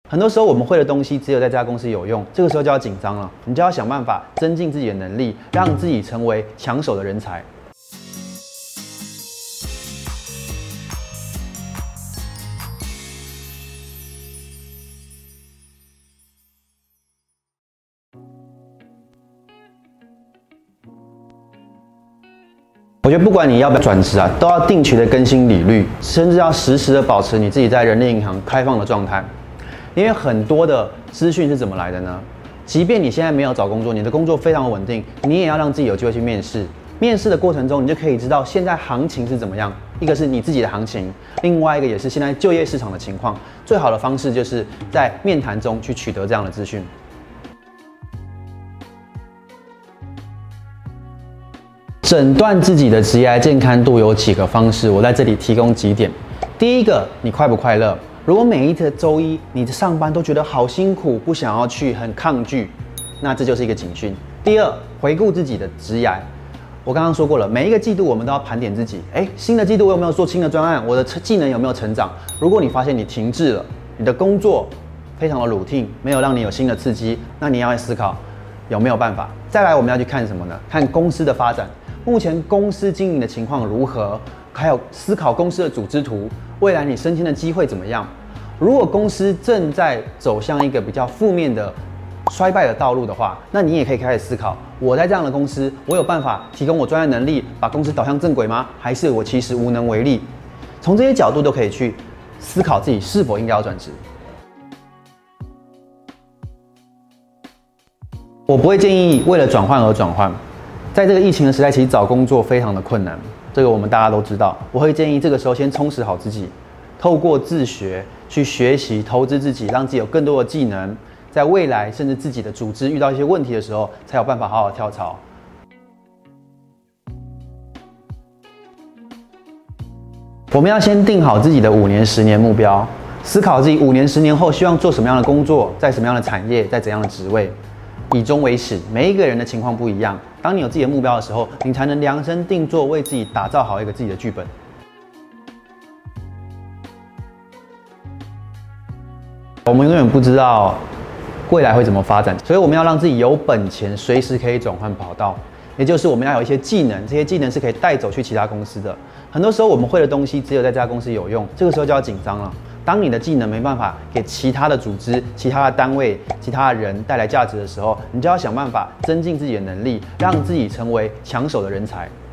很多时候我们会的东西只有在这家公司有用，这个时候就要紧张了，你就要想办法增进自己的能力，让自己成为抢手的人才。我觉得不管你要不要转职啊，都要定期的更新履历，甚至要时时的保持你自己在人力银行开放的状态。因为很多的资讯是怎么来的呢？即便你现在没有找工作，你的工作非常稳定，你也要让自己有机会去面试。面试的过程中，你就可以知道现在行情是怎么样。一个是你自己的行情，另外一个也是现在就业市场的情况。最好的方式就是在面谈中去取得这样的资讯。诊断自己的职业健康度有几个方式，我在这里提供几点。第一个，你快不快乐？如果每一个周一你的上班都觉得好辛苦，不想要去，很抗拒，那这就是一个警讯。第二，回顾自己的职涯。我刚刚说过了，每一个季度我们都要盘点自己。新的季度我有没有做新的专案？我的技能有没有成长？如果你发现你停滞了，你的工作非常的 routine， 没有让你有新的刺激，那你要思考有没有办法。再来，我们要去看什么呢？看公司的发展。目前公司经营的情况如何？还有思考公司的组织图，未来你升迁的机会怎么样？如果公司正在走向一个比较负面的衰败的道路的话，那你也可以开始思考：我在这样的公司，我有办法提供我专业能力，把公司导向正轨吗？还是我其实无能为力？从这些角度都可以去思考自己是否应该要转职。我不会建议为了转换而转换。在这个疫情的时代，其实找工作非常的困难，这个我们大家都知道。我会建议这个时候先充实好自己，透过自学去学习、投资自己，让自己有更多的技能，在未来甚至自己的组织遇到一些问题的时候，才有办法好好跳槽。我们要先定好自己的5年、10年目标，思考自己5年、10年后希望做什么样的工作，在什么样的产业，在怎样的职位。以终为始，每一个人的情况不一样。当你有自己的目标的时候，你才能量身定做，为自己打造好一个自己的剧本。我们永远不知道未来会怎么发展，所以我们要让自己有本钱，随时可以转换跑道。也就是我们要有一些技能，这些技能是可以带走去其他公司的。很多时候我们会的东西只有在这家公司有用，这个时候就要紧张了。当你的技能没办法给其他的组织、其他的单位、其他的人带来价值的时候，你就要想办法增进自己的能力，让自己成为抢手的人才。